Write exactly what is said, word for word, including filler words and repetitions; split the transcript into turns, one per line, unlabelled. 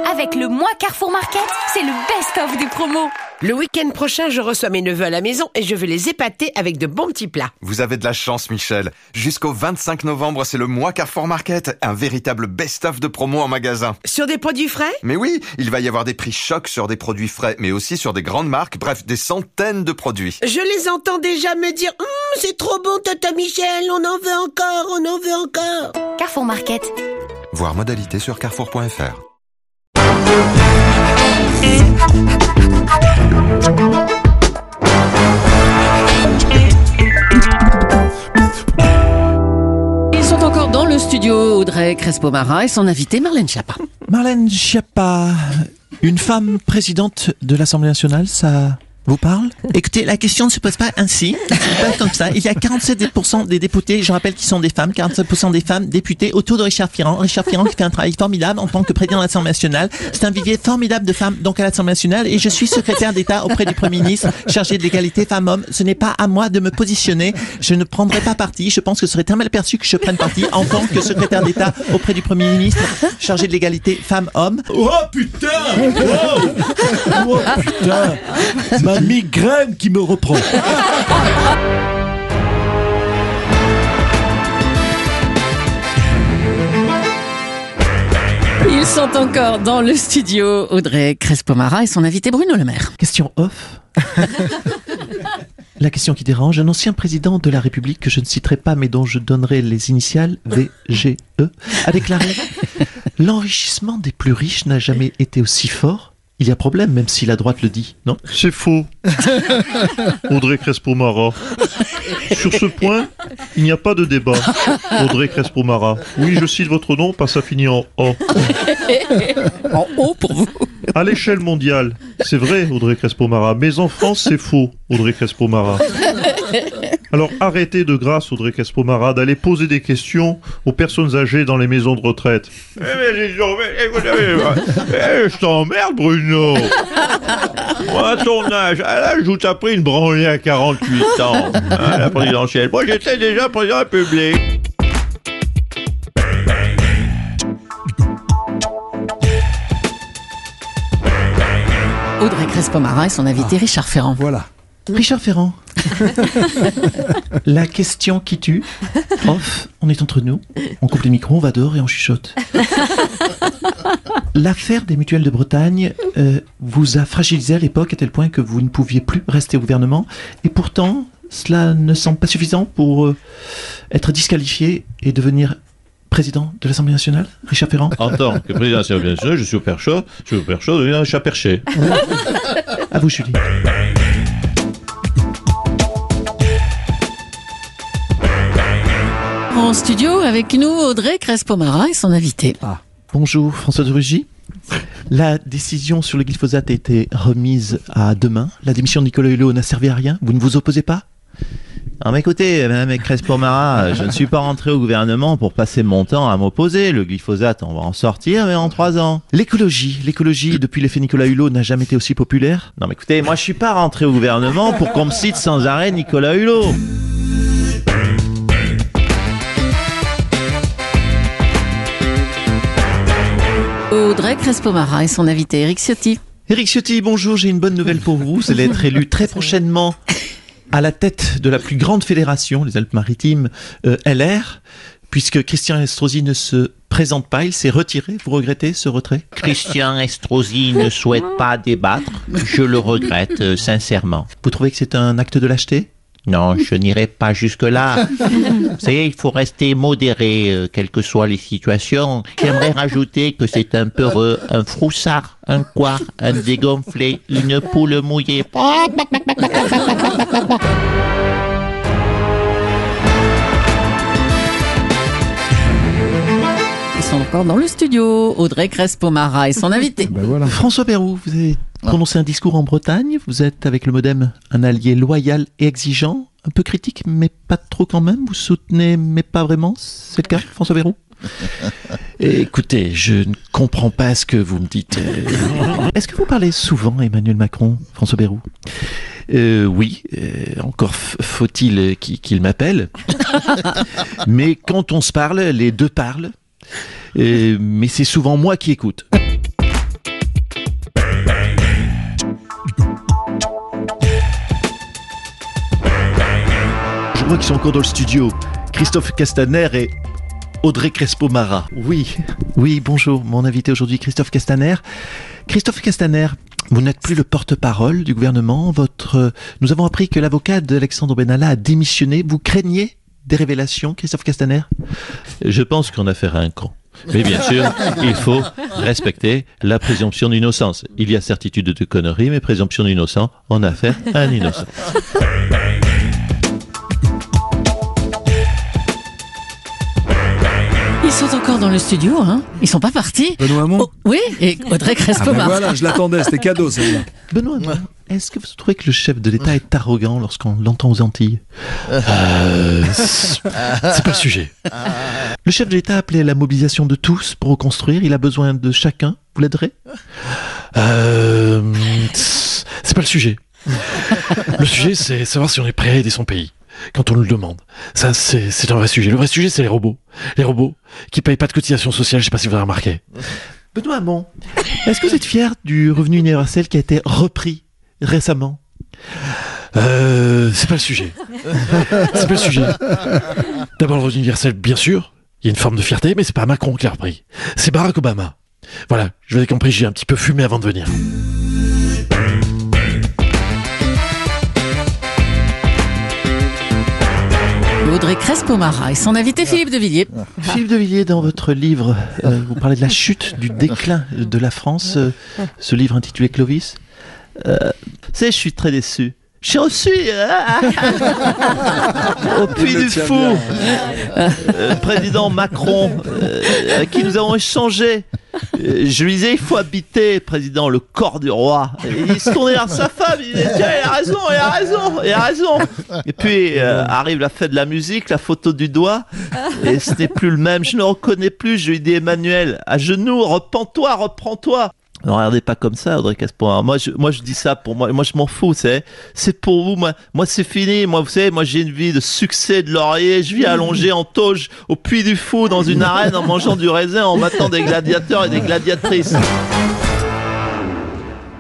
Avec le mois Carrefour Market, c'est le best-of des promos.
Le week-end prochain, je reçois mes neveux à la maison et je vais les épater avec de bons petits plats.
Vous avez de la chance, Michel. Jusqu'au vingt-cinq novembre, c'est le mois Carrefour Market. Un véritable best-of de promos en magasin.
Sur des produits frais ?
Mais oui, il va y avoir des prix chocs sur des produits frais, mais aussi sur des grandes marques, bref, des centaines de produits.
Je les entends déjà me dire hum, « C'est trop bon, Tata Michel, on en veut encore, on en veut encore !»
Carrefour Market.
Voir modalité sur carrefour point f r.
Ils sont encore dans le studio, Audrey Crespo-Mara et son invité Marlène Schiappa.
Marlène Schiappa, une femme présidente de l'Assemblée nationale, ça vous parle ?
Écoutez, la question ne se pose pas ainsi, c'est pas comme ça. Il y a quarante-sept pour cent des députés, je rappelle qu'ils sont des femmes, quarante-sept pour cent des femmes députées autour de Richard Ferrand. Richard Ferrand qui fait un travail formidable en tant que président de l'Assemblée nationale. C'est un vivier formidable de femmes donc à l'Assemblée nationale et je suis secrétaire d'État auprès du Premier ministre chargé de l'égalité femmes-hommes. Ce n'est pas à moi de me positionner. Je ne prendrai pas parti. Je pense que ce serait très mal perçu que je prenne parti en tant que secrétaire d'État auprès du Premier ministre chargé de l'égalité femmes-hommes.
Oh putain! Oh, oh putain! Ma migraine qui me reprend.
Ils sont encore dans le studio, Audrey Crespo-Mara et son invité Bruno Le Maire.
Question off. La question qui dérange, un ancien président de la République que je ne citerai pas mais dont je donnerai les initiales V G E a déclaré « L'enrichissement des plus riches n'a jamais été aussi fort. Il y a problème même si la droite le dit, non ?»
C'est faux. Audrey Crespo-Mara. Sur ce point, il n'y a pas de débat. Audrey Crespo-Mara. Oui, je cite votre nom, pas ça finit en O.
En haut pour vous.
À l'échelle mondiale, c'est vrai, Audrey Crespo-Mara, mais en France, c'est faux, Audrey Crespo-Mara. Alors arrêtez de grâce, Audrey Crespo-Mara, d'aller poser des questions aux personnes âgées dans les maisons de retraite. Eh mais, je t'emmerde, Bruno. Moi, à ton âge, à l'âge où t'as pris une branlée à quarante-huit ans, hein, la présidentielle. Moi, j'étais déjà président de la République.
Audrey Crespo-Mara et son invité Richard Ferrand.
Voilà.
Richard Ferrand. La question qui tue. Off, on est entre nous. On coupe les micros, on va dehors et on chuchote. L'affaire des mutuelles de Bretagne euh, vous a fragilisé à l'époque à tel point que vous ne pouviez plus rester au gouvernement. Et pourtant, cela ne semble pas suffisant pour euh, être disqualifié et devenir président de l'Assemblée nationale, Richard Ferrand.
En tant que président de l'Assemblée nationale, je suis au perchaud, je suis au perchaud, je suis à perché.
À vous, Julie.
En studio avec nous, Audrey Crespo-Mara et son invité.
Ah. Bonjour, François de Rugy. La décision sur le glyphosate a été remise à demain. La démission de Nicolas Hulot n'a servi à rien. Vous ne vous opposez pas ?
Non mais écoutez, Madame Crespo-Mara, je ne suis pas rentré au gouvernement pour passer mon temps à m'opposer. Le glyphosate, on va en sortir, mais en trois ans.
L'écologie, l'écologie, depuis l'effet Nicolas Hulot, n'a jamais été aussi populaire.
Non mais écoutez, moi je suis pas rentré au gouvernement pour qu'on me cite sans arrêt Nicolas Hulot.
Audrey Crespo-Mara et son invité Éric Ciotti.
Éric Ciotti, bonjour, j'ai une bonne nouvelle pour vous. Vous allez être élu très prochainement à la tête de la plus grande fédération, les Alpes-Maritimes, euh, L R, puisque Christian Estrosi ne se présente pas, il s'est retiré. Vous regrettez ce retrait ?
Christian Estrosi ne souhaite pas débattre. Je le regrette euh, sincèrement.
Vous trouvez que c'est un acte de lâcheté ?
Non, je n'irai pas jusque-là. Vous savez, il faut rester modéré, euh, quelles que soient les situations. J'aimerais rajouter que c'est un peureux, un froussard, un couard, un dégonflé, une poule mouillée.
Ils sont encore dans le studio, Audrey Crespo-Mara et son invité.
Ben voilà.
François Bayrou, vous avez prononcé un discours en Bretagne. Vous êtes avec le Modem un allié loyal et exigeant, un peu critique, mais pas trop quand même. Vous soutenez, mais pas vraiment. C'est le cas, François Bayrou ? Écoutez, je ne comprends pas ce que vous me dites. Est-ce que vous parlez souvent à Emmanuel Macron, François Bayrou ? Euh, oui, euh, encore f- faut-il qu'il, qu'il m'appelle. Mais quand on se parle, les deux parlent. Euh, mais c'est souvent moi qui écoute. crois qu'ils sont encore dans le studio. Christophe Castaner et Audrey Crespo-Mara. Oui, oui, bonjour. Mon invité aujourd'hui, Christophe Castaner. Christophe Castaner, vous n'êtes plus le porte-parole du gouvernement. Votre, nous avons appris que l'avocat d'Alexandre Benalla a démissionné. Vous craignez des révélations, Christophe Castaner?
Je pense qu'on a affaire à un con. Mais bien sûr, il faut respecter la présomption d'innocence. Il y a certitude de conneries, mais présomption d'innocence, on a affaire à un innocent.
Ils sont encore dans le studio, hein. Ils sont pas partis.
Benoît Hamon.
Oh, oui, et Audrey
Ah ben
Crespo-Mara.
voilà, je l'attendais, c'était cadeau celle-là.
Benoît, est-ce que vous trouvez que le chef de l'État est arrogant lorsqu'on l'entend aux Antilles? euh, C'est pas le sujet. Le chef de l'État a appelé à la mobilisation de tous pour reconstruire. Il a besoin de chacun. Vous l'aiderez? euh, C'est pas le sujet. Le sujet, c'est savoir si on est prêt à aider son pays quand on nous le demande. Ça, c'est, c'est un vrai sujet. Le vrai sujet, c'est les robots. Les robots qui payent pas de cotisation sociale, je sais pas si vous avez remarqué. Benoît Hamon, est-ce que vous êtes fier du revenu universel qui a été repris récemment? Euh, c'est pas le sujet. C'est pas le sujet. D'abord, le revenu universel, bien sûr. Il y a une forme de fierté, mais c'est pas Macron qui l'a repris. C'est Barack Obama. Voilà, je vous ai compris, j'ai un petit peu fumé avant de venir.
Audrey Crespo-Mara et son invité Philippe de Villiers.
Philippe de Villiers, dans votre livre, euh, vous parlez de la chute, du déclin de la France. Euh, ce livre intitulé Clovis.
Euh, tu sais, je suis très déçu. Je suis reçu au Puy du Fou, euh, le président Macron, euh, avec qui nous avons échangé. Euh, je lui disais, il faut habiter, président, le corps du roi. Et il se tournait vers sa femme, il disait, tiens, il a raison, il a raison, il a raison. Et puis euh, arrive la fête de la musique, la photo du doigt, et ce n'est plus le même, je ne reconnais plus. Je lui dis, Emmanuel, à genoux, repens-toi, reprends-toi. Ne regardez pas comme ça, Audrey Crespo. Moi, je, moi, je dis ça pour moi. Moi, je m'en fous, c'est, c'est pour vous. Moi, moi, c'est fini. Moi, vous savez, moi, j'ai une vie de succès, de laurier. Je vis allongé en toge au Puy du Fou dans une arène en mangeant du raisin en matant des gladiateurs et des gladiatrices.